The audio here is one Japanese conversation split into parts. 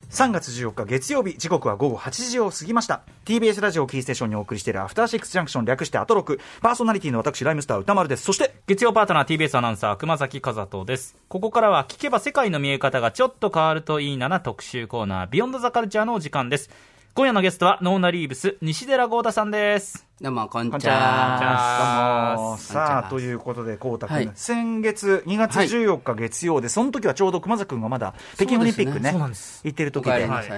3月14日月曜日、時刻は午後8時を過ぎました。 TBS ラジオキーステーションにお送りしているアフターシックスジャンクション、略してアトロク。パーソナリティの私ライムスター歌丸です。そして月曜パートナー TBS アナウンサー熊崎和人です。ここからは聞けば世界の見え方がちょっと変わるといいな特集コーナー、ビヨンドザカルチャーのお時間です。今夜のゲストはノーナリーブス西寺豪太さんです。 どうもこんにちは。 どうも。さあということで豪太君、はい、先月2月14日月曜で、その時はちょうど熊崎君がまだ北京オリンピックね行ってる時で、 帰りました。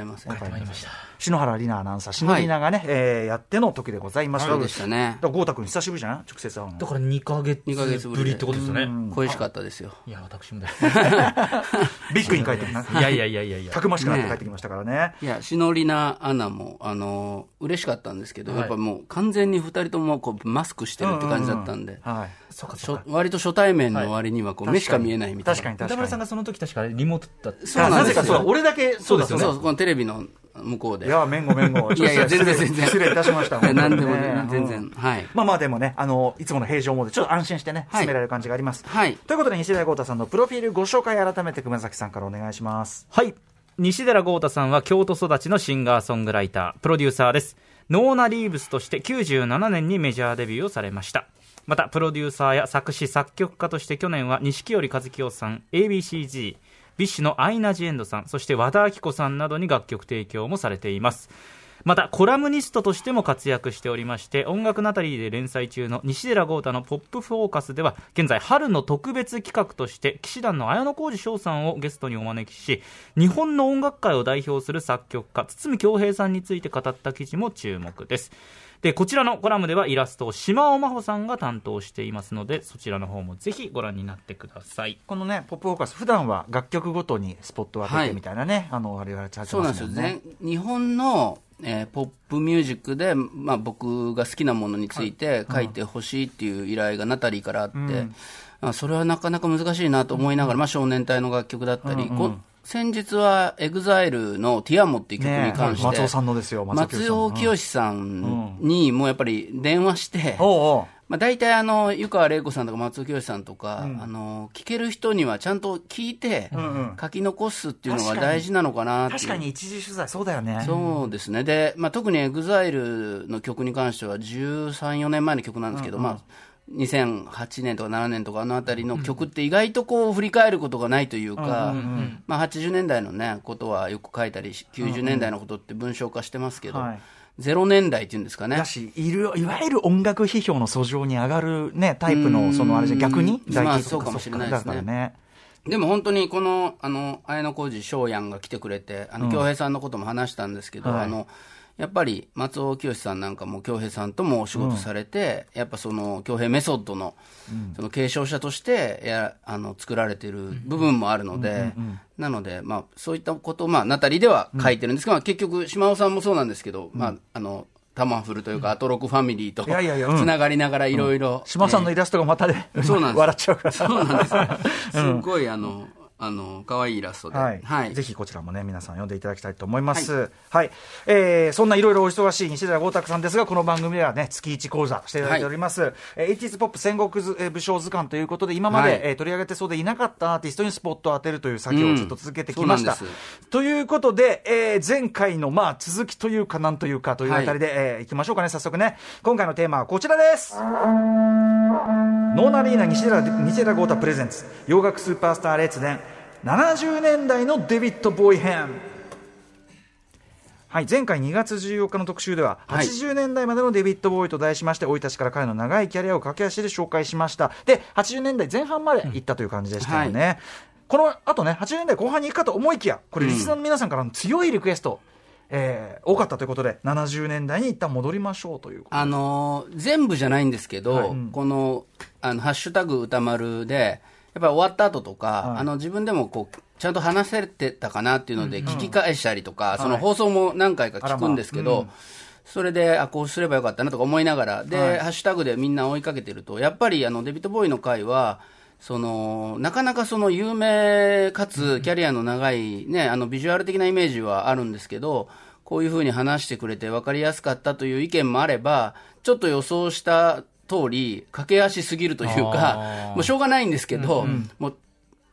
篠原里奈アナウンサー、篠里奈がね、やっての時でございました。 そうでしたね。 だから豪太君久しぶりじゃん、直接会うの。 だから2ヶ月ぶりってことですよね。 恋しかったですよ。 いや私もですビッグに帰ってきました。 いやたくましくなって帰ってきましたからね。 いや篠里奈アナも嬉しかったんですけど、やっぱもう完全に2人ともこうマスクしてるって感じだったんで、割と初対面の割にはこう目しか見えないみたいな。 確かに歌丸さんがその時確かリモートだった。 そうなんですよ。 なぜか俺だけそうですよね。 このテレビの向こうで。 いや、めんごいや全然失礼いたしました。 何でも全然。はい。 まあでもね、いつもの平常モードちょっと安心してね進められる感じがあります。 はい。 ということで西寺豪太さんのプロフィールご紹介、改めて熊崎さんからお願いします。 はい。西寺豪太さんは京都育ちのシンガーソングライター、プロデューサーです。ノーナリーブスとして97年にメジャーデビューをされました。またプロデューサーや作詞作曲家として去年は錦織一清さん、 ABCG、ビッシュのアイナ・ジ・エンドさん、そして和田アキ子さんなどに楽曲提供もされています。またコラムニストとしても活躍しておりまして、音楽ナタリーで連載中の西寺豪太のポップフォーカスでは現在春の特別企画として騎士団の綾小路翔さんをゲストにお招きし、日本の音楽界を代表する作曲家堤恭平さんについて語った記事も注目です。でこちらのコラムではイラストを島尾真帆さんが担当していますので、そちらの方もぜひご覧になってください。 このねポップフォーカス、普段は楽曲ごとにスポットを当ててみたいなね、あれがチャートそうなんですよね。日本のポップミュージックで、僕が好きなものについて書いてほしいっていう依頼がナタリーからあって、それはなかなか難しいなと思いながら、少年隊の楽曲だったり、先日はエグザイルのティアモっていう曲に関して、 松尾さんのですよ、 松尾清さんにもやっぱり電話して、大体湯川玲子さんとか松尾清さんとか、聞ける人にはちゃんと聞いて書き残すっていうのが大事なのかなって。 確かに一時取材そうだよね。 そうですね。で、特にエグザイルの曲に関しては13、14年前の曲なんですけど、2008年とか7年とかあのあたりの曲って意外とこう振り返ることがないというか、80年代のねことはよく書いたり、90年代のことって文章化してますけど、0年代っていうんですかね。 だし、いわゆる音楽批評の訴状に上がるねタイプのあれじゃ逆にそうかもしれないですね。でも本当にこの綾小路翔やんが来てくれて、京平さんのことも話したんですけど、やっぱり松尾清さんなんかも京平さんともお仕事されて、やっぱその京平メソッドのその継承者として作られている部分もあるので、なのでそういったことをナタリーでは書いてるんですけど、結局島尾さんもそうなんですけど、タマフルというかアトロクファミリーとつながりながらいろいろ、 島尾さんのイラストがまたね笑っちゃうから、 そうなんですよ。すごい可愛いイラストで、 ぜひこちらもね皆さん読んでいただきたいと思います。そんないろいろお忙しい西寺豪太さんですが、この番組ではね月1講座していただいております。80s ポップ戦国武将図鑑ということで、今まで取り上げてそうでいなかったアーティストにスポットを当てるという作業をずっと続けてきました。ということで、前回の続きというかなんというかというあたりでいきましょうかね。早速ね、今回のテーマはこちらです。ノーナリーナ西寺豪太プレゼンツ洋楽スーパースター列伝70年代のデビッド・ボーイ編。前回2月14日の特集では80年代までのデビッド・ボーイと題しまして、生い立ちから彼の長いキャリアを駆け足で紹介しました。で80年代前半まで行ったという感じでしたよね。この後ね80年代後半に行くかと思いきや、これリスナーの皆さんからの強いリクエスト、多かったということで70年代に一旦戻りましょうということで、 全部じゃないんですけど、このハッシュタグ歌丸でやっぱり終わった後とか、自分でもこうちゃんと話せてたかなっていうので聞き返したりとか、その放送も何回か聞くんですけど、それでこうすればよかったなとか思いながらで、ハッシュタグでみんな追いかけてると、やっぱりデビッド・ボーイの回はなかなか有名かつキャリアの長い、ビジュアル的なイメージはあるんですけど、こういうふうに話してくれて分かりやすかったという意見もあれば、ちょっと予想した通り駆け足すぎるというか、もうしょうがないんですけど、もう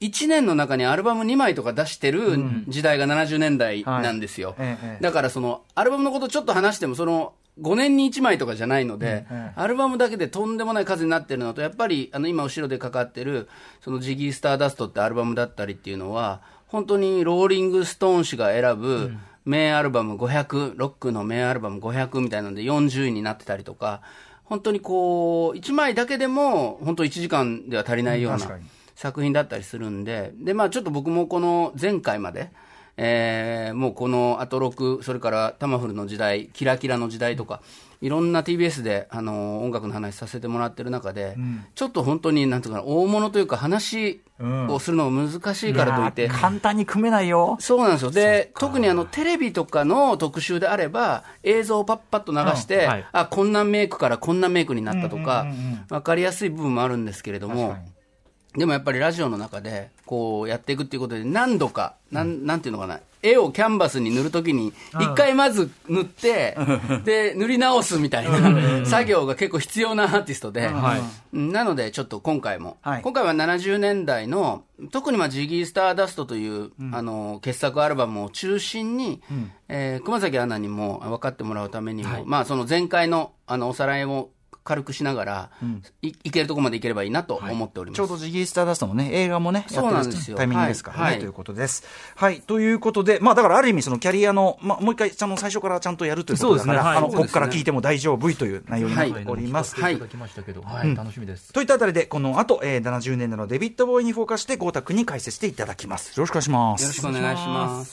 1年の中にアルバム2枚とか出してる時代が70年代なんですよ。だからそのアルバムのことちょっと話してもその5年に1枚とかじゃないので、アルバムだけでとんでもない数になってるのと、やっぱり今後ろでかかってるそのジギー・スターダストってアルバムだったりっていうのは本当にローリング・ストーン氏が選ぶ名アルバム500、ロックの名アルバム500みたいなので40位になってたりとか、本当にこう1枚だけでも本当1時間では足りないような作品だったりするんで、でまあちょっと僕もこの前回までもうこのアトロク、それからタマフルの時代、キラキラの時代とかいろんな TBS で音楽の話させてもらってる中で、ちょっと本当になんていうかな、大物というか話をするのが難しいからといって、 簡単に組めないよ。 そうなんですよ。で特にテレビとかの特集であれば映像をパッパッと流して、あこんなメイクからこんなメイクになったとか、分かりやすい部分もあるんですけれども、でもやっぱりラジオの中でこうやっていくっていうことで何度かなんていうのかな、絵をキャンバスに塗るときに一回まず塗ってで塗り直すみたいな作業が結構必要なアーティストで、なのでちょっと今回は70年代の特にジギー・スターダストという傑作アルバムを中心に熊崎アナにも分かってもらうためにも、まあその前回のおさらいを軽くしながら、いけるところまでいければいいなと思っております。 ちょうどジギー・スターダストのね、映画もね、やってるタイミングですからね、ということです。はい、ということで、まあだからある意味そのキャリアの、もう一回最初からちゃんとやるということだから、ここから聞いても大丈夫という内容になっております。 はい、いただきましたけど、楽しみです。 といったあたりで、この後、70年代のデビッド・ボーイにフォーカスして、豪太君に解説していただきます。よろしくお願いします。 よろしくお願いします。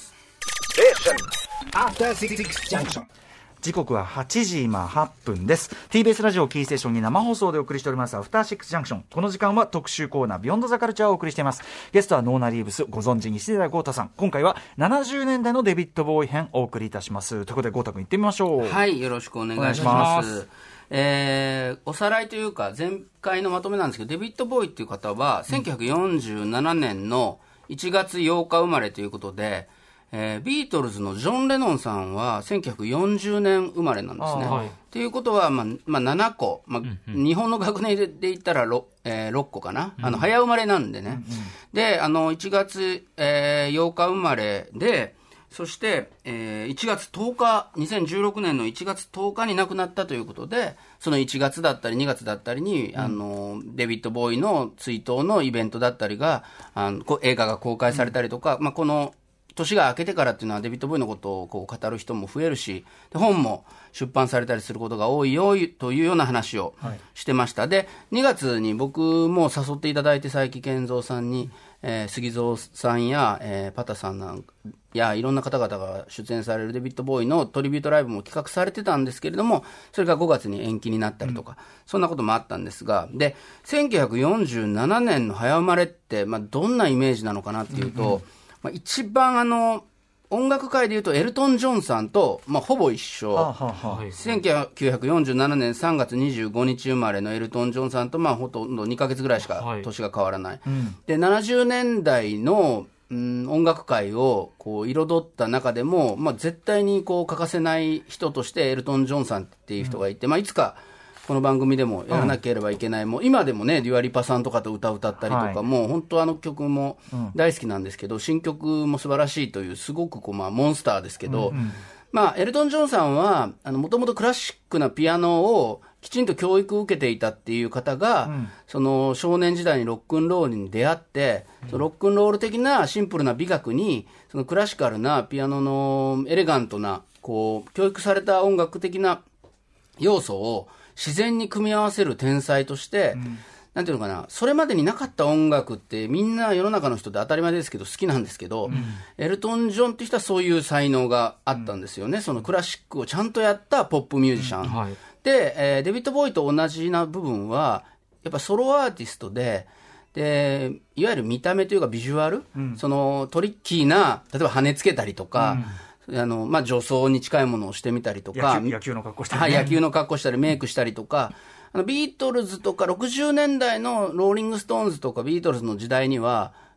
時刻は8時今8分です。 TBS ラジオキーステーションに生放送でお送りしておりますアフターシックスジャンクション。この時間は特集コーナービヨンドザカルチャーをお送りしています。ゲストはノーナリーブス、ご存知西寺豪太さん。今回は70年代のデビッドボーイ編お送りいたします。ということで豪太君行ってみましょう。 はい、よろしくお願いします。おさらいというか前回のまとめなんですけど、デビッドボーイっていう方は1947年の1月8日生まれということで、ビートルズのジョン・レノンさんは1940年生まれなんですね。ということは、7個、日本の学年で言ったら 6個かな、早生まれなんでね。で1月、8日生まれで、そして、1月10日2016年の1月10日に亡くなったということで、その1月だったり2月だったりに、デビッド・ボーイの追悼のイベントだったりが映画が公開されたりとか、この年が明けてからっていうのはデビッド・ボーイのことをこう語る人も増えるし、で本も出版されたりすることが多いよというような話をしてました。で2月に僕も誘っていただいて、佐伯健三さんに、杉蔵さんや、パタさんやいろんな方々が出演されるデビッド・ボーイのトリビュートライブも企画されてたんですけれども、それが5月に延期になったりとか、そんなこともあったんですが、で1947年の早生まれって、どんなイメージなのかなっていうと、一番音楽界でいうとエルトン・ジョンさんと、ほぼ一緒、1947年3月25日生まれのエルトン・ジョンさんと、ほとんど2ヶ月ぐらいしか年が変わらない、で70年代の、音楽界をこう彩った中でも、絶対にこう欠かせない人としてエルトン・ジョンさんっていう人がいて、いつかこの番組でもやらなければいけない、もう今でもねデュアリパさんとかと歌ったりとか、もう本当曲も大好きなんですけど、新曲も素晴らしいというすごくモンスターですけど、エルトン・ジョンさんはもともとクラシックなピアノをきちんと教育を受けていたっていう方が、その少年時代にロックンロールに出会って、そのロックンロール的なシンプルな美学にそのクラシカルなピアノのエレガントなこう教育された音楽的な要素を自然に組み合わせる天才として、なんていうのかな、それまでになかった音楽ってみんな世の中の人で当たり前ですけど好きなんですけど、エルトン・ジョンって人はそういう才能があったんですよね。そのクラシックをちゃんとやったポップミュージシャン、で、デビッド・ボーイと同じな部分はやっぱソロアーティストで、いわゆる見た目というかビジュアル、そのトリッキーな、例えば羽根つけたりとか、女装に近いものをしてみたりとか、 野球の格好したり、 野球の格好したりメイクしたりとか、ビートルズとか60年代のローリングストーンズとかビートルズの時代には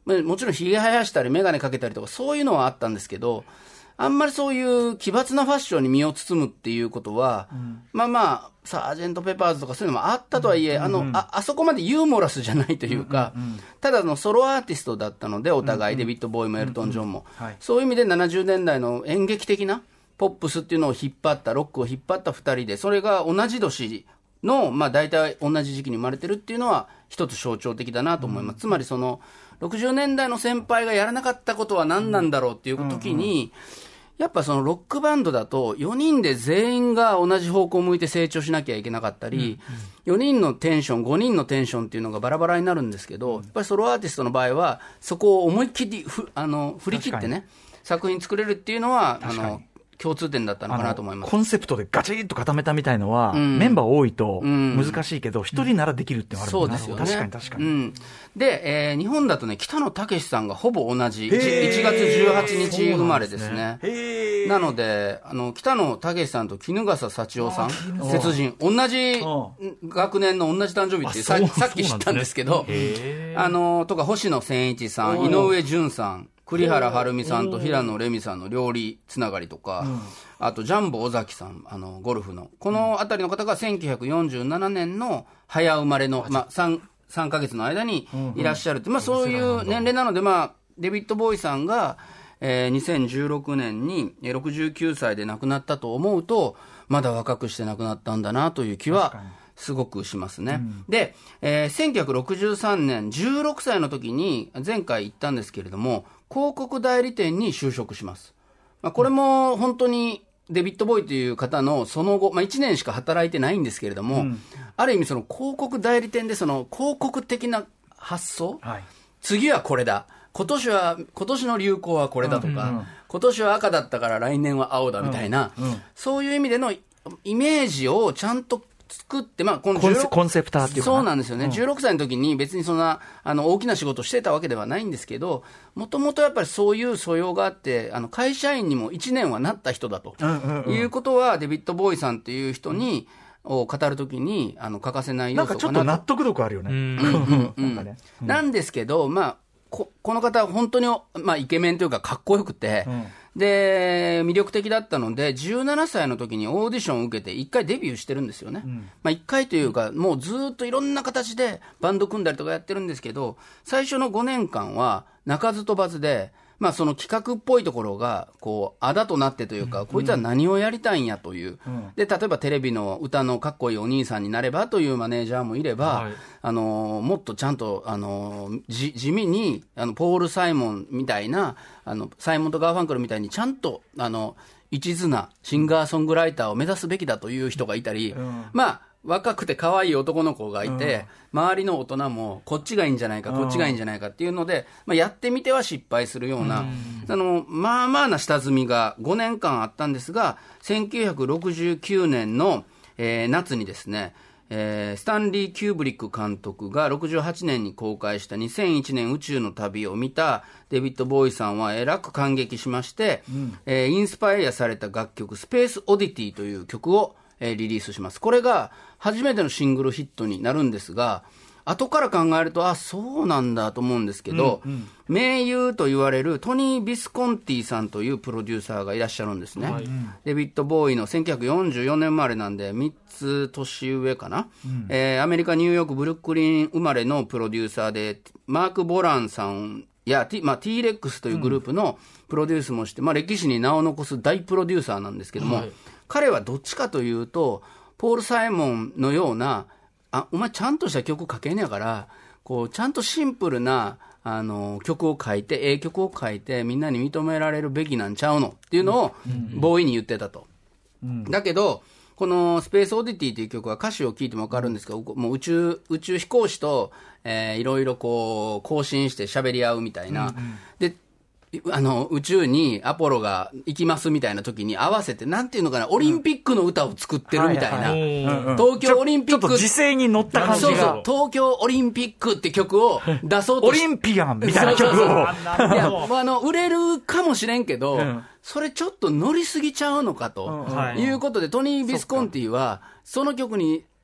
もちろんひげ生やしたり眼鏡かけたりとかそういうのはあったんですけど、あんまりそういう奇抜なファッションに身を包むっていうことは、まあサージェント・ペパーズとかそういうのもあったとはいえ、あそこまでユーモラスじゃないというか、ただのソロアーティストだったので、お互い、デビッド・ボーイもエルトン・ジョンも、そういう意味で70年代の演劇的なポップスっていうのを引っ張った、ロックを引っ張った2人で、それが同じ年の、大体同じ時期に生まれてるっていうのは一つ象徴的だなと思います。つまりその60年代の先輩がやらなかったことは何なんだろうっていう時に、やっぱそのロックバンドだと4人で全員が同じ方向を向いて成長しなきゃいけなかったり、4人のテンション5人のテンションっていうのがバラバラになるんですけど、やっぱりソロアーティストの場合はそこを思いっきり振り切ってね作品作れるっていうのは共通点だったのかなと思います。 コンセプトでガチッと固めたみたいのは、メンバー多いと難しいけど、一人ならできるってのはあるんだ。 そうですよね。 確かに。 で、日本だとね、北野武さんがほぼ同じ、1月18日生まれですね。なので、北野武さんと衣笠幸男さん、鉄人、同じ学年の同じ誕生日ってさっき知ったんですけど、とか星野千一さん、井上順さん、栗原はるみさんと平野レミさんの料理つながりとか、あとジャンボ尾崎さん、ゴルフのこのあたりの方が1947年の早生まれの、3ヶ月の間にいらっしゃるって、そういう年齢なので、デビッド・ボーイさんが、2016年に69歳で亡くなったと思うと、まだ若くして亡くなったんだなという気はすごくしますね。で、1963年16歳の時に前回言ったんですけれども、広告代理店に就職します。これも本当にデビッド・ボーイという方のその後、1年しか働いてないんですけれども、ある意味その広告代理店でその広告的な発想、次はこれだ、今年の流行はこれだとか、今年は赤だったから来年は青だみたいな、そういう意味でのイメージをちゃんと作って、このコンセプターっていうかな。 そうなんですよね。16歳の時に別にそんな大きな仕事をしてたわけではないんですけど、もともとやっぱりそういう素養があって、会社員にも1年はなった人だと、いうことはデビッド・ボーイさんっていう人にを語るときに欠かせない要素かなと。 なんかちょっと納得力あるよね。 なんですけど、この方は本当に、イケメンというかかっこよくて、で魅力的だったので、17歳の時にオーディションを受けて1回デビューしてるんですよね。1回というか、もうずっといろんな形でバンド組んだりとかやってるんですけど、最初の5年間は鳴かず飛ばずで、その企画っぽいところがこうあだとなってというか、こいつは何をやりたいんやという、で例えばテレビの歌のかっこいいお兄さんになればというマネージャーもいれば、もっとちゃんと地味にポール・サイモンみたいな、サイモンとガーファンクルみたいにちゃんと一途なシンガーソングライターを目指すべきだという人がいたり、若くて可愛い男の子がいて、周りの大人もこっちがいいんじゃないか、こっちがいいんじゃないかっていうので、やってみては失敗するような、な下積みが5年間あったんですが、1969年の、夏にですね、スタンリー・キューブリック監督が68年に公開した2001年宇宙の旅を見たデビッド・ボーイさんはえらく感激しまして、インスパイアされた楽曲スペース・オディティという曲をリリースします。これが初めてのシングルヒットになるんですが、後から考えるとそうなんだと思うんですけど、盟友と言われるトニー・ビスコンティさんというプロデューサーがいらっしゃるんですね。デビッド・ボーイの1944年生まれなんで3つ年上かな、アメリカ・ニューヨーク・ブルックリン生まれのプロデューサーで、マーク・ボランさんや T-Rex というグループのプロデュースもして、歴史に名を残す大プロデューサーなんですけども、彼はどっちかというとポール・サイモンのような、お前ちゃんとした曲書けんやから、こうちゃんとシンプルな曲を書いて、曲を書いてみんなに認められるべきなんちゃうのっていうのをボーイに言ってたと。だけどこのスペースオディティという曲は歌詞を聴いても分かるんですけど、もう宇宙飛行士といろいろこう交信して喋り合うみたいな、で宇宙にアポロが行きますみたいな時に合わせて、なんていうのかな、オリンピックの歌を作ってるみたいな、東京オリンピック、 ちょっと時勢に乗った感じが、 東京オリンピックって曲を出そうとオリンピアンみたいな曲を、 いや売れるかもしれんけど、それちょっと乗りすぎちゃうのかということで、トニー・ビスコンティはその曲に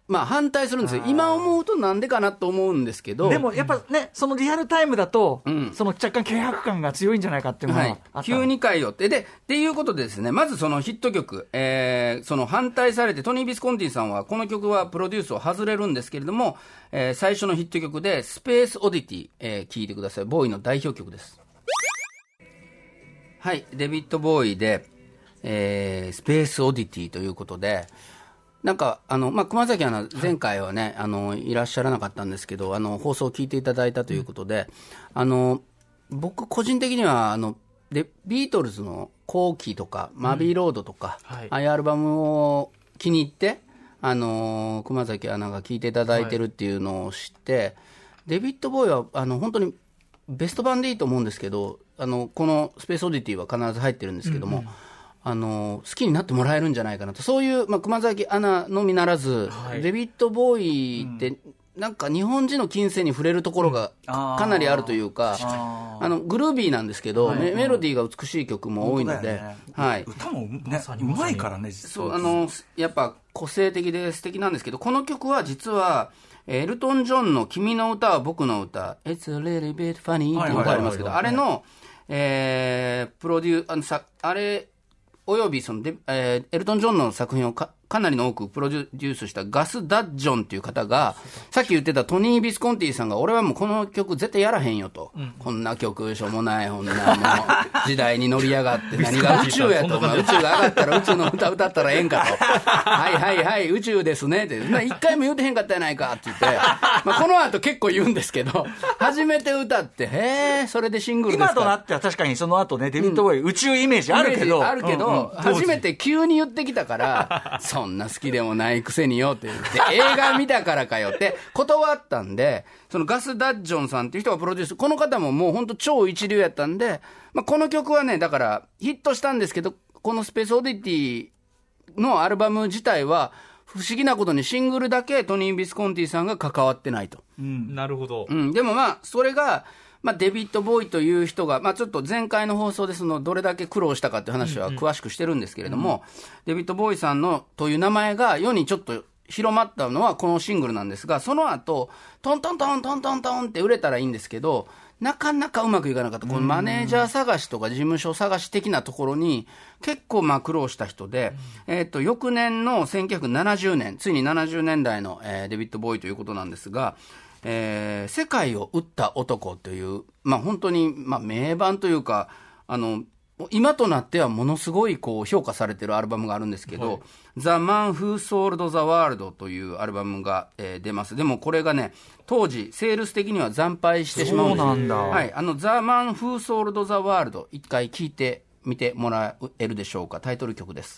まあ反対するんですよ。今思うとなんでかなと思うんですけど。 でもやっぱね、そのリアルタイムだと、その若干軽薄感が強いんじゃないかっていうのはあった、 急に変えようって。っていうことでですね、まずそのヒット曲、その反対されて、トニー・ビスコンティさんはこの曲はプロデュースを外れるんですけれども、最初のヒット曲でスペース・オディティ、聴いてください。ボーイの代表曲です。はい、デビッド・ボーイで、スペース・オディティということで、なんか熊崎アナ、前回はね、いらっしゃらなかったんですけど、放送を聞いていただいたということで、僕、個人的にはビートルズの後期とか、マビーロードとか、ああいうアルバムを気に入って、熊崎アナが聴いていただいてるっていうのを知って、デビッド・ボーイは本当にベスト版でいいと思うんですけど、このスペース・オディティは必ず入ってるんですけども、好きになってもらえるんじゃないかなと、そういう、熊崎アナのみならず、デビッド・ボーイって、なんか日本人の近世に触れるところがかなりあるというか、グルービーなんですけど、メロディーが美しい曲も多いので、 歌もね、うまいからね、実は。 そう、やっぱ個性的で素敵なんですけど、この曲は実は、エルトン・ジョンの君の歌は僕の歌、It's a little bit funny っていう歌ありますけど、あれの、プロデュー、あれ、およびエルトン・ジョンの作品をかなりの多くプロデュースしたガス・ダッジョンという方が、さっき言ってたトニー・ビスコンティさんが、俺はもうこの曲絶対やらへんよと、こんな曲しょうもない、こんなもう時代に乗り上がって何が宇宙やと、宇宙が上がったら宇宙の歌歌ったらええんかとはいはいはい宇宙ですねって一回も言うてへんかったやないかって言ってこの後結構言うんですけど、初めて歌ってへえそれでシングルですか。 今となっては確かにその後ね、デビッド・ボーイ、宇宙イメージあるけど、 初めて急に言ってきたからそんな好きでもないくせによって言って映画見たからかよって断ったんで、そのガス・ダッジョンさんっていう人がプロデュース、この方ももう本当超一流やったんで、この曲はね、だからヒットしたんですけど、このスペース・オディティのアルバム自体は不思議なことにシングルだけトニー・ビスコンティさんが関わってないと。 なるほど。 でもそれがデビッド・ボーイという人が、ちょっと前回の放送でどれだけ苦労したかという話は詳しくしてるんですけれども、デビッド・ボーイさんのという名前が世にちょっと広まったのはこのシングルなんですが、その後トントントントントントンって売れたらいいんですけど、なかなかうまくいかなかった。このマネージャー探しとか事務所探し的なところに結構苦労した人で、翌年の1970年、ついに70年代の、デビッド・ボーイということなんですが、世界を撃った男という、本当に、名盤というか、今となってはものすごい評価されてるアルバムがあるんですけど、The Man Who Sold the World というアルバムが、出ます。でもこれがね、当時セールス的には惨敗してしまうんです。 そうなんだ。 はい、The Man Who Sold the World 一回聴いてみてもらえるでしょうか。タイトル曲です。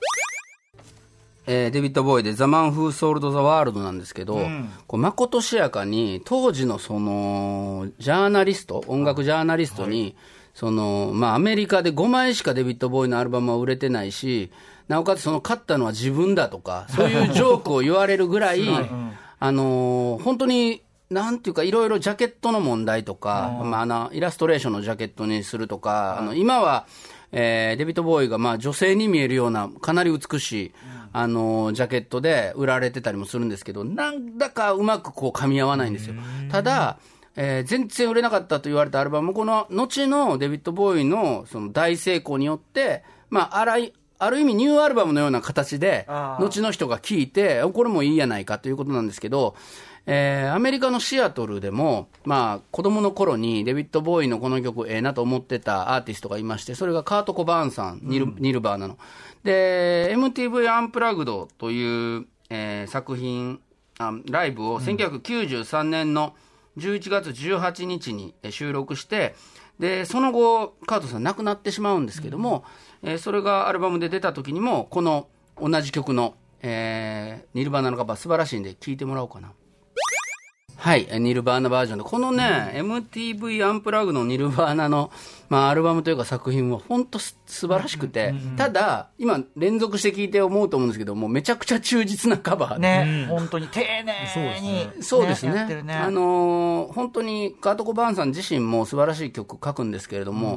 デビッド・ボーイで The Man Who Sold the World なんですけど、まことしやかに当時のジャーナリスト、音楽ジャーナリストに、アメリカで5枚しかデビッド・ボーイのアルバムは売れてないし、なおかつ買ったのは自分だとか、そういうジョークを言われるぐらい、本当に、なんていうか、いろいろジャケットの問題とか、イラストレーションのジャケットにするとか、今は、デビッド・ボーイが女性に見えるようなかなり美しい、ジャケットで売られてたりもするんですけど、なんだかうまく噛み合わないんですよ。ただ、全然売れなかったと言われたアルバムも、この後のデビッド・ボーイの大成功によって、ある意味ニューアルバムのような形で後の人が聴いて、これもいいやないかということなんですけど、アメリカのシアトルでも、子供の頃にデビッド・ボーイのこの曲ええなと思ってたアーティストがいまして、それがカート・コバーンさん、ニルバーナの。で、MTV アンプラグドという、作品ライブを1993年の11月18日に収録して、でその後カートさん亡くなってしまうんですけども、それがアルバムで出た時にもこの同じ曲の、ニルバーナのカバー素晴らしいんで聴いてもらおうかな。はい、ニルバーナバージョンで、このね、MTV アンプラグのニルバーナの、アルバムというか作品は本当素晴らしくて、ただ今連続して聴いて思うと思うんですけども、めちゃくちゃ忠実なカバーね、本当に丁寧に、 そうですね、本当にカート・コバーンさん自身も素晴らしい曲書くんですけれども、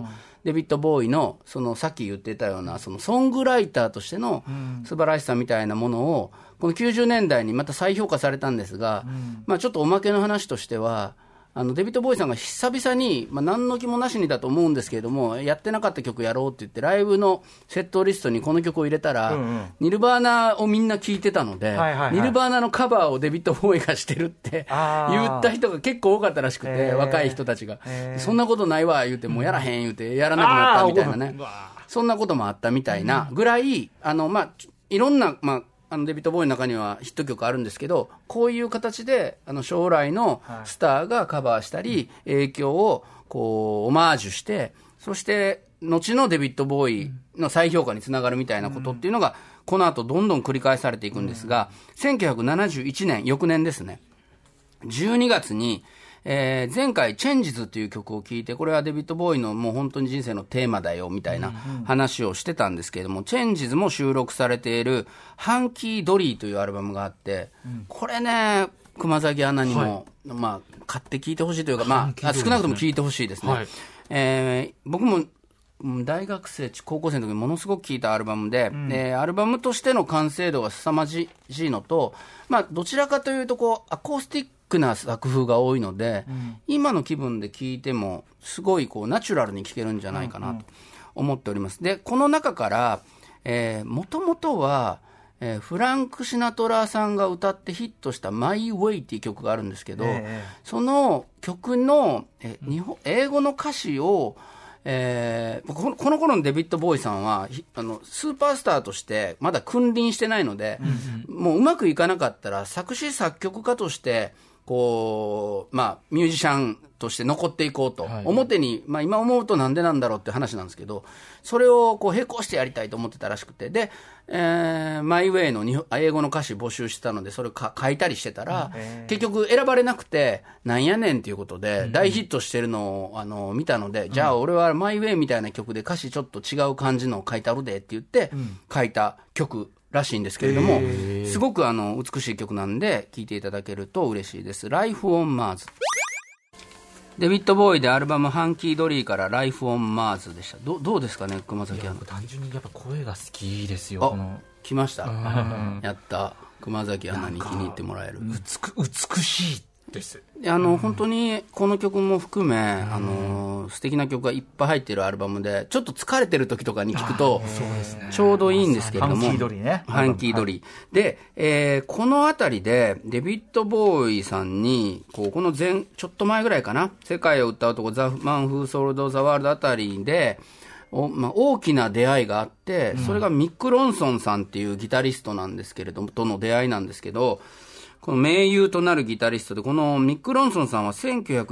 デビッド・ボーイの、さっき言ってたような、ソングライターとしての素晴らしさみたいなものを、この90年代にまた再評価されたんですが、ちょっとおまけの話としては、デビッド・ボーイさんが久々に、何の気もなしにだと思うんですけれども、やってなかった曲やろうって言って、ライブのセットリストにこの曲を入れたら、ニルバーナをみんな聴いてたので、ニルバーナのカバーをデビッド・ボーイがしてるって言った人が結構多かったらしくて、若い人たちが。そんなことないわ、言うて、もうやらへん言うて、やらなくなったみたいなね。そんなこともあったみたいなぐらい、いろんな、デビッド・ボーイの中にはヒット曲あるんですけど、こういう形で将来のスターがカバーしたり、影響をこうオマージュして、そして後のデビッド・ボーイの再評価につながるみたいなことっていうのが、この後どんどん繰り返されていくんですが、1971年、翌年ですね、12月に、前回チェンジズという曲を聴いて、これはデビッド・ボーイのもう本当に人生のテーマだよみたいな話をしてたんですけれども、チェンジズも収録されているハンキー・ドリーというアルバムがあって、これね、熊崎アナにも、買って聴いてほしいというか、少なくとも聴いてほしいですね。僕も大学生、高校生の時にものすごく聴いたアルバムで、アルバムとしての完成度が凄まじいのと、どちらかというとアコースティックな作風が多いので、今の気分で聴いてもすごいナチュラルに聴けるんじゃないかなと思っております。で、この中からもともとは、フランク・シナトラさんが歌ってヒットした My Way っていう曲があるんですけど、その曲の、英語の歌詞をこの頃のデビッド・ボーイさんはスーパースターとしてまだ君臨してないので、もううまくいかなかったら作詞作曲家としてミュージシャンとして残っていこうと、表に、今思うとなんでなんだろうって話なんですけど、それを並行してやりたいと思ってたらしくて、で、マイウェイの英語の歌詞募集してたので、それを書いたりしてたら、結局選ばれなくて、なんやねんっていうことで、大ヒットしてるのを見たので、じゃあ俺はマイウェイみたいな曲で歌詞ちょっと違う感じのを書いてあるでって言って、書いた曲らしいんですけれども、すごく美しい曲なんで聴いていただけると嬉しいです。 Life on Mars、 デビッド・ボーイでアルバムハンキー・ドリーから Life on Mars でした。どうですかね、熊崎さん。 単純にやっぱ声が好きですよ。 来ましたやった、熊崎アナに気に入ってもらえる。 美しいです。 本当にこの曲も含め、素敵な曲がいっぱい入っているアルバムで、ちょっと疲れてる時とかに聴くとちょうどいいんですけれども、 ハンキードリーね、 ハンキードリーで、このあたりでデビッド・ボーイさんにこのちょっと前ぐらいかな、世界を歌う男ザ・マン・フー・ソールド・ザ・ワールドあたりで大きな出会いがあって、それがミック・ロンソンさんっていうギタリストなんですけれども、との出会いなんですけど、この盟友となるギタリストで、このミック・ロンソンさんは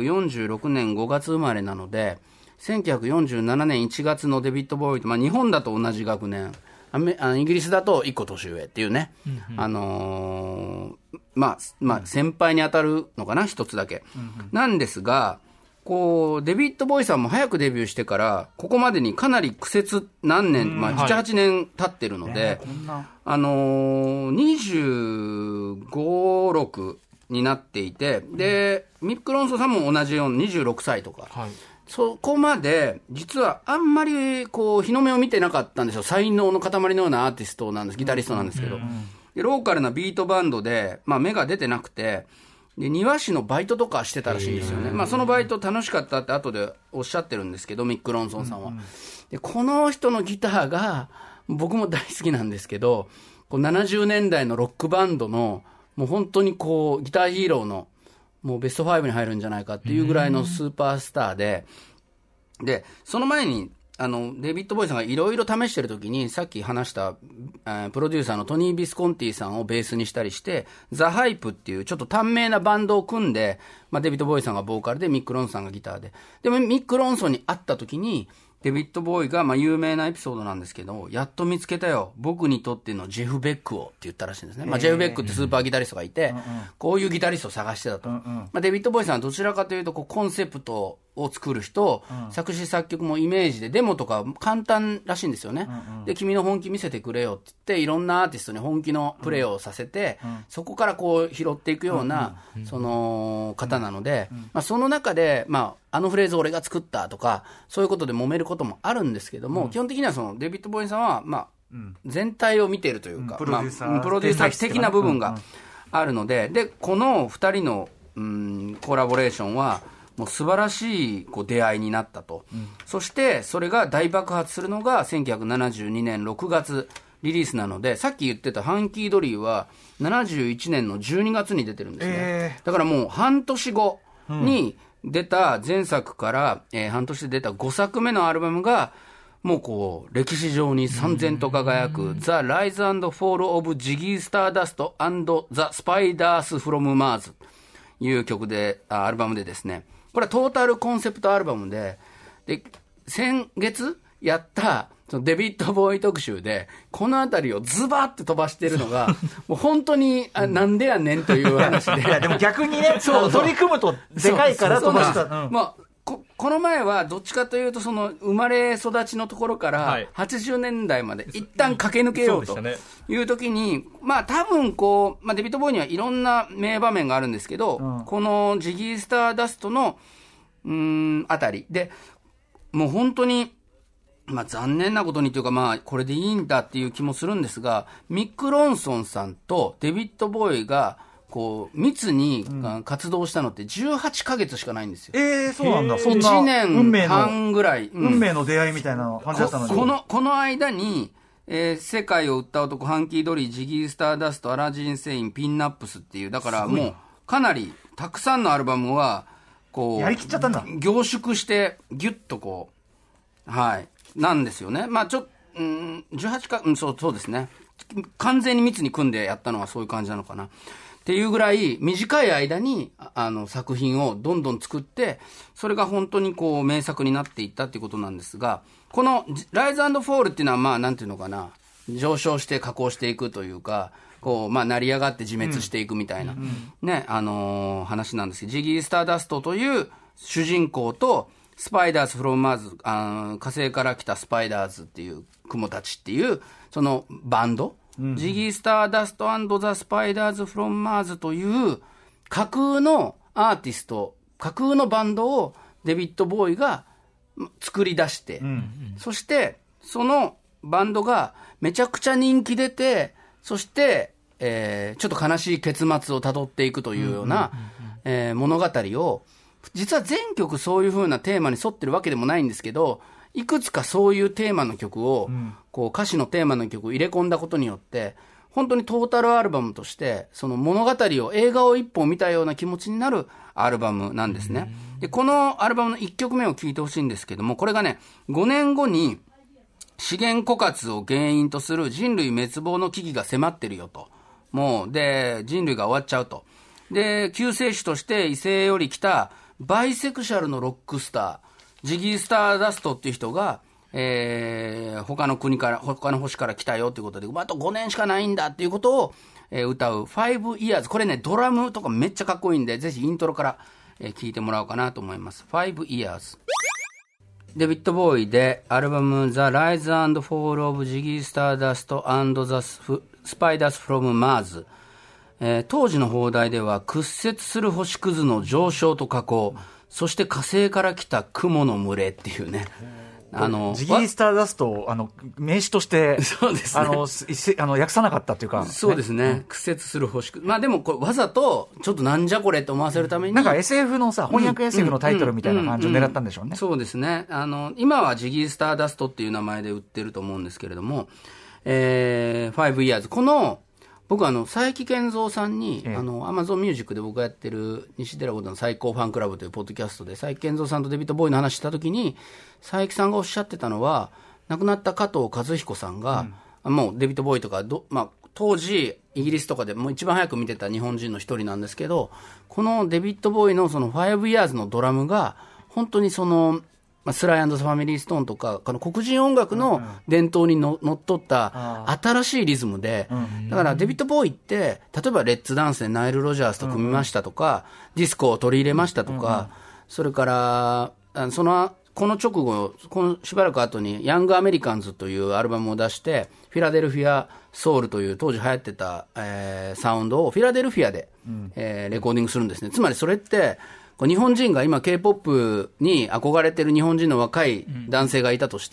1946年5月生まれなので、1947年1月のデビッド・ボーイと、日本だと同じ学年、イギリスだと1個年上っていうね、先輩に当たるのかな、一つだけ。なんですが、デビッド・ボーイさんも早くデビューしてから、ここまでにかなり苦節何年、7、8年経ってるので、25、6になっていて、で、ミック・ロンソンさんも同じように26歳とか、そこまで、実はあんまり日の目を見てなかったんですよ。才能の塊のようなアーティストなんです、ギタリストなんですけど。でローカルなビートバンドで、芽が出てなくて、で庭師のバイトとかしてたらしいんですよね。そのバイト楽しかったって後でおっしゃってるんですけど、ミック・ロンソンさんは。でこの人のギターが僕も大好きなんですけど、70年代のロックバンドのもう本当にギターヒーローのもうベスト5に入るんじゃないかっていうぐらいのスーパースターで、その前にデビッド・ボーイさんがいろいろ試してるときに、さっき話したプロデューサーのトニー・ビスコンティさんをベースにしたりして、ザ・ハイプっていうちょっと短命なバンドを組んで、デビッド・ボーイさんがボーカルで、ミック・ロンソンさんがギターで。でもミック・ロンソンに会ったときに、デビッド・ボーイが、有名なエピソードなんですけど、やっと見つけたよ、僕にとってのジェフ・ベックをって言ったらしいんですね。ジェフ・ベックってスーパーギタリストがいて、こういうギタリストを探してたと。デビッド・ボーイさんはどちらかというとコンセプトを作る人、作詞作曲もイメージでデモとか簡単らしいんですよね、で君の本気見せてくれよって言っていろんなアーティストに本気のプレーをさせて、そこからこう拾っていくような、その方なので、その中で、あのフレーズ俺が作ったとかそういうことで揉めることもあるんですけども、基本的にはそのデビッド・ボーイさんは、全体を見ているというか、プロデューサー的な部分があるので、でこの2人の、コラボレーションはもう素晴らしいこう出会いになったと、そしてそれが大爆発するのが1972年6月リリースなので、さっき言ってたハンキードリーは71年の12月に出てるんですね、だからもう半年後に出た前作から、半年で出た5作目のアルバムがもうこう歴史上に燦然と輝く The Rise and Fall of Ziggy Stardust and the Spiders from Mars いう曲でアルバムでですね、これはトータルコンセプトアルバムで、先月やったそのデビッド・ボーイ特集でこのあたりをズバッて飛ばしてるのがもう本当になんでやねんという話でいやでも逆にね取り組むとでかいから飛ばした。 この前はどっちかというとその生まれ育ちのところから80年代まで一旦駆け抜けようという時に、多分こう、デビッド・ボーイにはいろんな名場面があるんですけど、このジギー・スターダストのあたりでもう本当に残念なことにというか、これでいいんだっていう気もするんですが、ミック・ロンソンさんとデビッド・ボーイがこう密に活動したのって18ヶ月しかないんですよ。 そうなんだ。そんな 1年半ぐらい、 運命の出会いみたいな感じだったのに、 この間に、世界を売った男、ハンキードリー、ジギー・スターダスト、アラジン・セイン、ピンナップスっていう、だからもうかなりたくさんのアルバムはこうやりきっちゃったんだ。 凝縮してギュッとこうなんですよね。18か、そうですね。完全に密に組んでやったのはそういう感じなのかなっていうぐらい短い間に作品をどんどん作って、それが本当にこう名作になっていったっていうことなんですが、このライズ&フォールっていうのはなんていうのかな、上昇して下降していくというか、こう成り上がって自滅していくみたいな、話なんですけど、ジギー・スターダストという主人公とスパイダーズ・フロム・マーズ、火星から来たスパイダーズっていう雲たちっていうそのバンド、ジギー・スターダスト&ザ・スパイダーズ・フロム・マーズという架空のアーティスト、架空のバンドをデビッド・ボーイが作り出して、そしてそのバンドがめちゃくちゃ人気出て、そして、ちょっと悲しい結末をたどっていくというような、物語を、実は全曲そういう風なテーマに沿ってるわけでもないんですけど、いくつかそういうテーマの曲を、こう歌詞のテーマの曲を入れ込んだことによって本当にトータルアルバムとしてその物語を、映画を一本見たような気持ちになるアルバムなんですね。でこのアルバムの1曲目を聴いてほしいんですけども、これがね5年後に資源枯渇を原因とする人類滅亡の危機が迫ってるよと、もうで人類が終わっちゃうと、で救世主として異星より来たバイセクシャルのロックスタージギー・スターダストっていう人が、他の国から他の星から来たよということで、あと5年しかないんだっていうことを、歌う5 years、 これねドラムとかめっちゃかっこいいんで、ぜひイントロから、聞いてもらおうかなと思います。5 years、 デビッド・ボーイでアルバム The Rise and Fall of Ziggy Stardust and the Spiders from Mars、当時の放題では屈折する星屑の上昇と下降、そして火星から来た雲の群れっていうね、 ジギー・スターダストを名詞としてそうですね、 訳さなかったというか、 そうですね、屈折する星屑、でもこれわざとちょっとなんじゃこれって思わせるために、 なんか SF のさ、翻訳 SF のタイトルみたいな感じを狙ったんでしょうね。 そうですね、今はジギー・スターダストっていう名前で売ってると思うんですけれども、5 years、 この僕佐伯健三さんに、Amazon Music で僕がやってる西寺豪太の最高ファンクラブというポッドキャストで佐伯健三さんとデビッド・ボーイの話したときに、佐伯さんがおっしゃってたのは、亡くなった加藤和彦さんが、もうデビッド・ボーイとか当時イギリスとかでもう一番早く見てた日本人の一人なんですけど、このデビッド・ボーイのその5 years のドラムが本当にそのスライ&ファミリーストーンとか黒人音楽の伝統にのっとった新しいリズムで、だからデビッド・ボーイって例えばレッツダンスでナイル・ロジャースと組みましたとか、ディスコを取り入れましたとか、それからこの直後、このしばらく後に、ヤングアメリカンズというアルバムを出して、フィラデルフィアソウルという当時流行ってた、サウンドをフィラデルフィアで、レコーディングするんですね。つまりそれって、日本人が今 K-POP に憧れてる日本人の若い男性がいたとして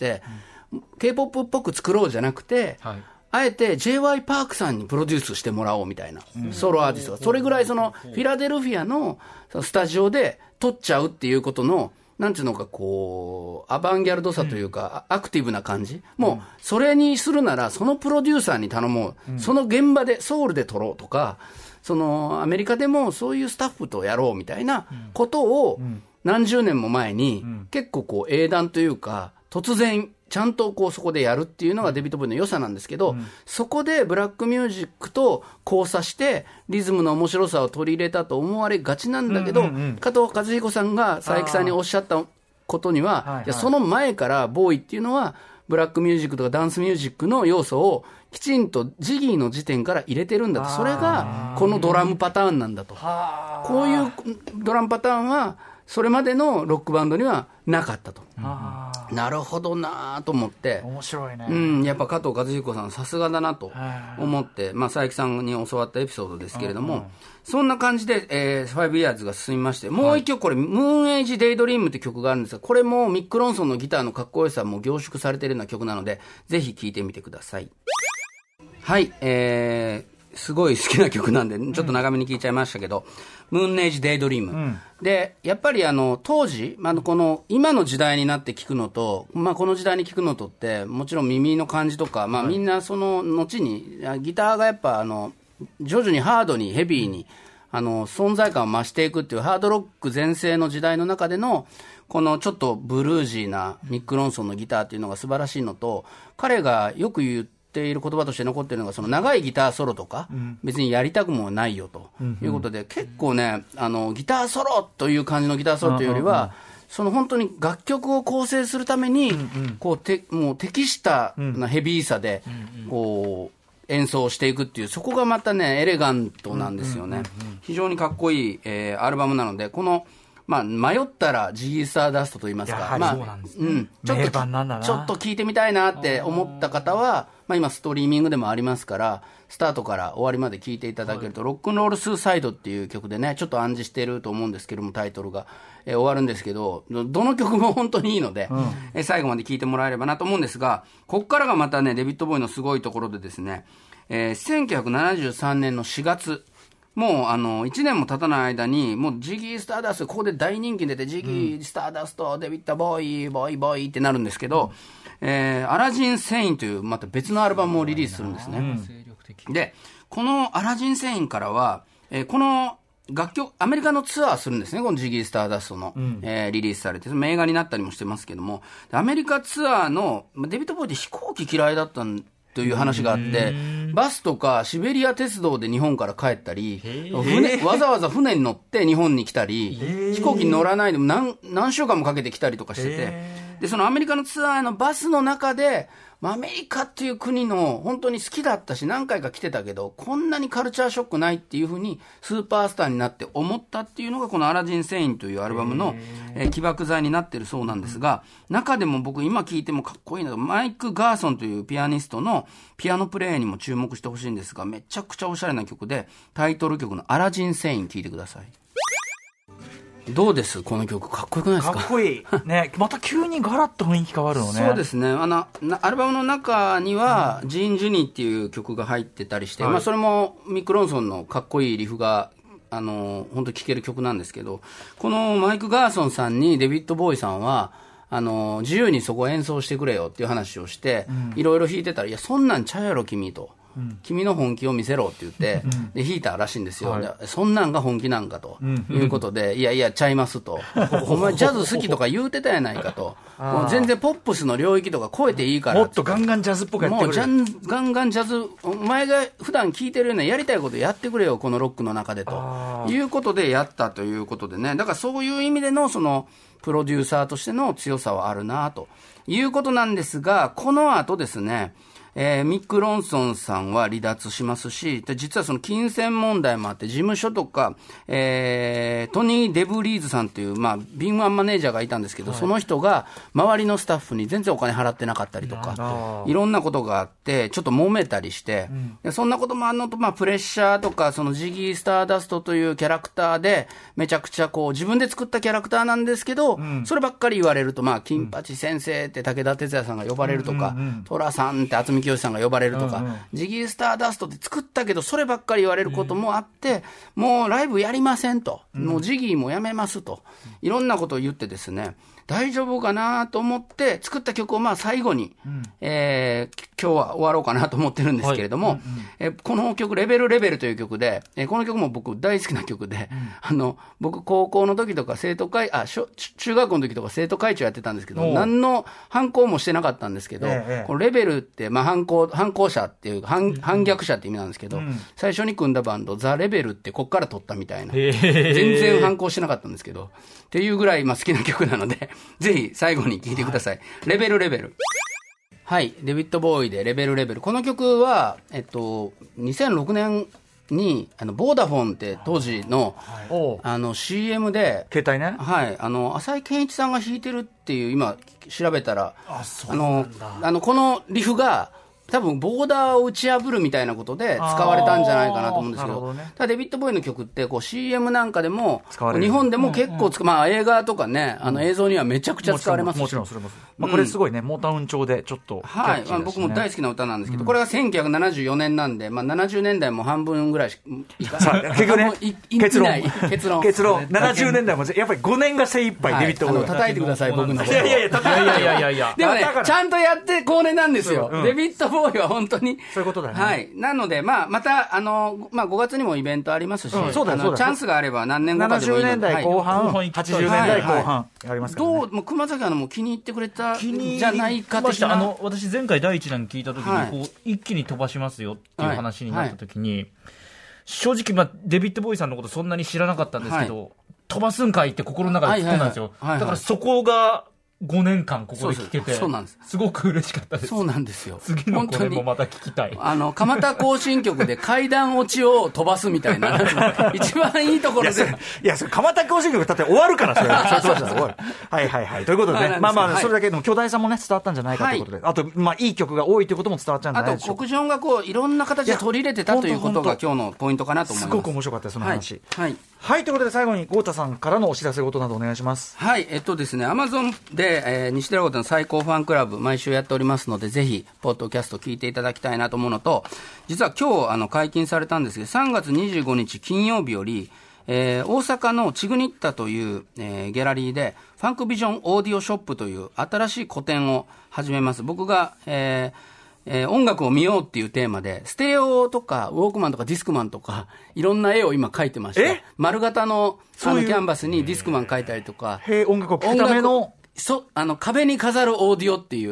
、K-POP っぽく作ろうじゃなくて、あえて J.Y. パークさんにプロデュースしてもらおうみたいな、ソロアーティストが。それぐらいフィラデルフィアのスタジオで撮っちゃうっていうことの、なんていうのかアバンギャルドさというか、アクティブな感じ。もう、それにするなら、そのプロデューサーに頼もう。その現場で、ソウルで撮ろうとか、アメリカでもそういうスタッフとやろうみたいなことを、何十年も前に、結構英断というか、突然、ちゃんとそこでやるっていうのがデビッド・ボーイの良さなんですけど、そこでブラックミュージックと交差してリズムの面白さを取り入れたと思われがちなんだけど、加藤和彦さんが佐伯さんにおっしゃったことには、いやその前からボーイっていうのはブラックミュージックとかダンスミュージックの要素をきちんとジギーの時点から入れてるんだと。それがこのドラムパターンなんだと。こういうドラムパターンはそれまでのロックバンドにはなかったと。なるほどなと思って。 面白いね。 やっぱ加藤和彦さんさすがだなと思って、佐伯さんに教わったエピソードですけれども、そんな感じで、5 years が進みまして、もう一曲これ、ムーンエイジデイドリームって曲があるんですが、これもミック・ロンソンのギターのかっこよさも凝縮されているような曲なので、ぜひ聴いてみてください。はい、すごい好きな曲なんで、ちょっと長めに聴いちゃいましたけど、ムーンエイジデイドリーム。で、やっぱり当時、この今の時代になって聴くのと、この時代に聴くのとって、もちろん耳の感じとか、みんなその後に、ギターがやっぱ徐々にハードに、ヘビーに、存在感を増していくっていうハードロック全盛の時代の中での、このちょっとブルージーなミック・ロンソンのギターっていうのが素晴らしいのと、彼がよく言っている言葉として残っているのが、その長いギターソロとか、別にやりたくもないよということで、結構ね、ギターソロという感じのギターソロというよりは、本当に楽曲を構成するために、もう適したヘビーさで、演奏していくっていう、そこがまたね、エレガントなんですよね。非常にかっこいい、アルバムなので、この、迷ったらジギー・スターダストと言いますか、ちょっと聞いてみたいなって思った方は、今ストリーミングでもありますから、スタートから終わりまで聴いていただけると、ロックンロールスーサイドっていう曲でね、ちょっと暗示してると思うんですけども、タイトルが、終わるんですけど、どの曲も本当にいいので、最後まで聴いてもらえればなと思うんですが、こっからがまたね、デビッド・ボーイのすごいところでですね、1973年の4月、もう1年も経たない間に、もうジギー・スターダスト、ここで大人気出て、ジギー・スターダスト、デビッド・ボーイ、ボーイ、ボーイってなるんですけど、アラジン・セインというまた別のアルバムをリリースするんですね。で、このアラジン・セインからは、この楽曲、アメリカのツアーするんですね、このジギー・スターダストの、リリースされて、映画になったりもしてますけども、アメリカツアーの、デビッド・ボーイって飛行機嫌いだったという話があって、バスとかシベリア鉄道で日本から帰ったり、わざわざ船に乗って日本に来たり、飛行機に乗らないでも何週間もかけて来たりとかしてて、で、そのアメリカのツアーのバスの中で、アメリカっていう国の本当に好きだったし何回か来てたけど、こんなにカルチャーショックないっていうふうにスーパースターになって思ったっていうのがこのアラジン・セインというアルバムの起爆剤になってるそうなんですが、中でも僕今聴いてもかっこいいのがマイク・ガーソンというピアニストのピアノプレイにも注目してほしいんですが、めちゃくちゃおしゃれな曲で、タイトル曲のアラジン・セイン聴いてください。どうですこの曲、かっこよくないですか？ かっこいい、ね、また急にガラッと雰囲気変わるのね。 そうですね、アルバムの中には、ジーン・ジュニーっていう曲が入ってたりして、それもミック・ロンソンのかっこいいリフが本当聴ける曲なんですけど、このマイク・ガーソンさんにデビッド・ボーイさんは自由にそこ演奏してくれよっていう話をして、いろいろ弾いてたら、いやそんなんちゃうやろ君と、君の本気を見せろって言って、で弾いたらしいんですよ、そんなんが本気なんかということで、いやいやちゃいますとお前ジャズ好きとか言うてたやないかともう全然ポップスの領域とか超えていいからもっとガンガンジャズっぽくやってくれ、 もうガンガンジャズ、お前が普段聴いてるようなやりたいことやってくれよこのロックの中でということでやったということでね、だからそういう意味でのそのプロデューサーとしての強さはあるなということなんですが、この後ですね、 ミック・ロンソンさんは離脱しますし、で実はその金銭問題もあって、事務所とか、トニー・デブリーズさんという、敏腕マネージャーがいたんですけど、その人が周りのスタッフに全然お金払ってなかったりとか、いろんなことがあって、ちょっと揉めたりして、でそんなこともあるのと、プレッシャーとか、そのジギー・スターダストというキャラクターで、めちゃくちゃこう、自分で作ったキャラクターなんですけど、そればっかり言われると、金八先生って武田鉄矢さんが呼ばれるとか、寅さんって渥美清さんが呼ばれるとか、ジギースターダストって作ったけど、そればっかり言われることもあって、もうライブやりませんと、もうジギーもやめますと、いろんなことを言ってですね、大丈夫かなと思って作った曲を最後に、今日は終わろうかなと思ってるんですけれども、この曲レベルという曲で、この曲も僕大好きな曲で、僕高校の時とか中学校の時とか生徒会長やってたんですけど、何の反抗もしてなかったんですけど、このレベルって、反抗者っていう反逆者って意味なんですけど、最初に組んだバンドザ・レベルってこっから取ったみたいな、全然反抗してなかったんですけどっていうぐらい好きな曲なのでぜひ最後に聴いてください。レベル。はい。デビッド・ボーイでレベル。この曲は、2006年に、ボーダフォンって当時の、CM で、 携帯ね。 はい。浅井健一さんが弾いてるっていう、今、調べたら、このリフが、多分ボーダーを打ち破るみたいなことで使われたんじゃないかなと思うんですけど、ただデビッド・ボーイの曲ってこう CM なんかでも日本でも結構映画とかね、映像にはめちゃくちゃ使われますし、 もちろんそれも、これすごいね、モータウン調でちょっとキャッチーだしね、 僕も大好きな歌なんですけど、これが1974年なんで、70年代も半分ぐらいしか結局ね、結論 70 年代もやっぱり5年が精一杯、デビッド・ボーイ叩いてください、僕のこと。いやでもね、ちゃんとやってこれなんですよ、デビッド・ボーイは本当に。 そういうことだね。 はい。なので、また、5月にもイベントありますし、チャンスがあれば何年後かでもいいので。 70年代後半、80年代後半、やりますからね。 もう熊崎も気に入ってくれたじゃないか的な。 私前回第一弾聞いた時に、こう、一気に飛ばしますよっていう話になった時に、正直、デビッド・ボーイさんのことそんなに知らなかったんですけど、飛ばすんかいって心の中で突っ込んだんですよ。だからそこが、5年間ここで聞けて、すごく嬉しかったです。 そうなんですよ。 次のこれもまた聞きたい。 蒲田行進曲で階段落ちを飛ばすみたいな、一番いいところで。 いや、蒲田行進曲だって終わるから、それ。はい。ということでね、それだけでも巨大さもね、伝わったんじゃないかということで、あと、いい曲が多いということも伝わっちゃうんじゃないでしょうか。 あと、黒人がいろんな形で取り入れてたということが今日のポイントかなと思います。 すごく面白かったです、その話。はい、ということで最後に豪太さんからのお知らせ事などお願いします。 はい、ですね、Amazon で、西寺豪太の最高ファンクラブ毎週やっておりますので、ぜひポッドキャスト聞いていただきたいなと思うのと、実は今日解禁されたんですけど、3月25日金曜日より、大阪のチグニッタという、ギャラリーでファンクビジョンオーディオショップという新しい個展を始めます。僕が、音楽を見ようっていうテーマで、ステレオとかウォークマンとかディスクマンとかいろんな絵を今描いてまして、丸型のキャンバスにディスクマン描いたりとか、 音楽を聴くための壁に飾るオーディオっていう、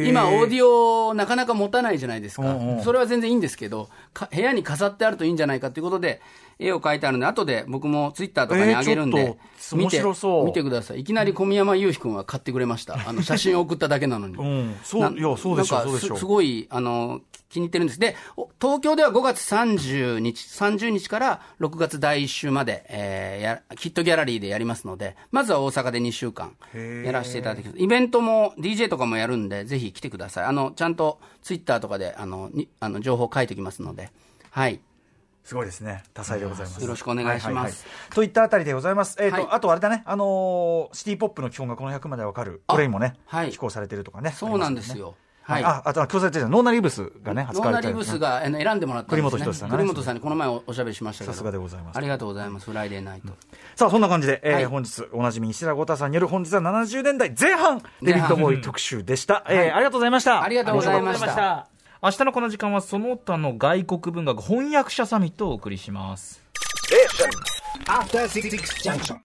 今オーディオなかなか持たないじゃないですか。それは全然いいんですけど、部屋に飾ってあるといいんじゃないかということで絵を描いてあるので、後で僕もツイッターとかにあげるんで、見てください。いきなり小宮山雄飛君は買ってくれました。写真を送っただけなのに。 そうでしょう、そうでしょう。 すごい気に入ってるんです。で、東京では5月30日から6月第1週まで、ヒットギャラリーでやりますので、まずは大阪で2週間やらせていただきます。イベントも DJ とかもやるんで、ぜひ来てください。ちゃんとツイッターとかで情報書いてきますので、はい。 すごいですね。多彩でございます。 よろしくお願いします。 といったあたりでございます。あとあれだね、シティポップの基本がこの100までわかる。これにもね、寄稿されてるとかね。 そうなんですよ。はい。 あと、今日されてるノーナリブスがね、 ノーナリブスが選んでもらったんですね。栗本仁さんね。 栗本さんにこの前おしゃべりしましたけど。 さすがでございます。 ありがとうございます。フライデーナイト。 さあ、そんな感じで、本日、おなじみ西田豪太さんによる本日は70年代前半、デビッド・ボーイ特集でした。ありがとうございました。 ありがとうございました。 明日のこの時間はその他の外国文学翻訳者サミットをお送りします。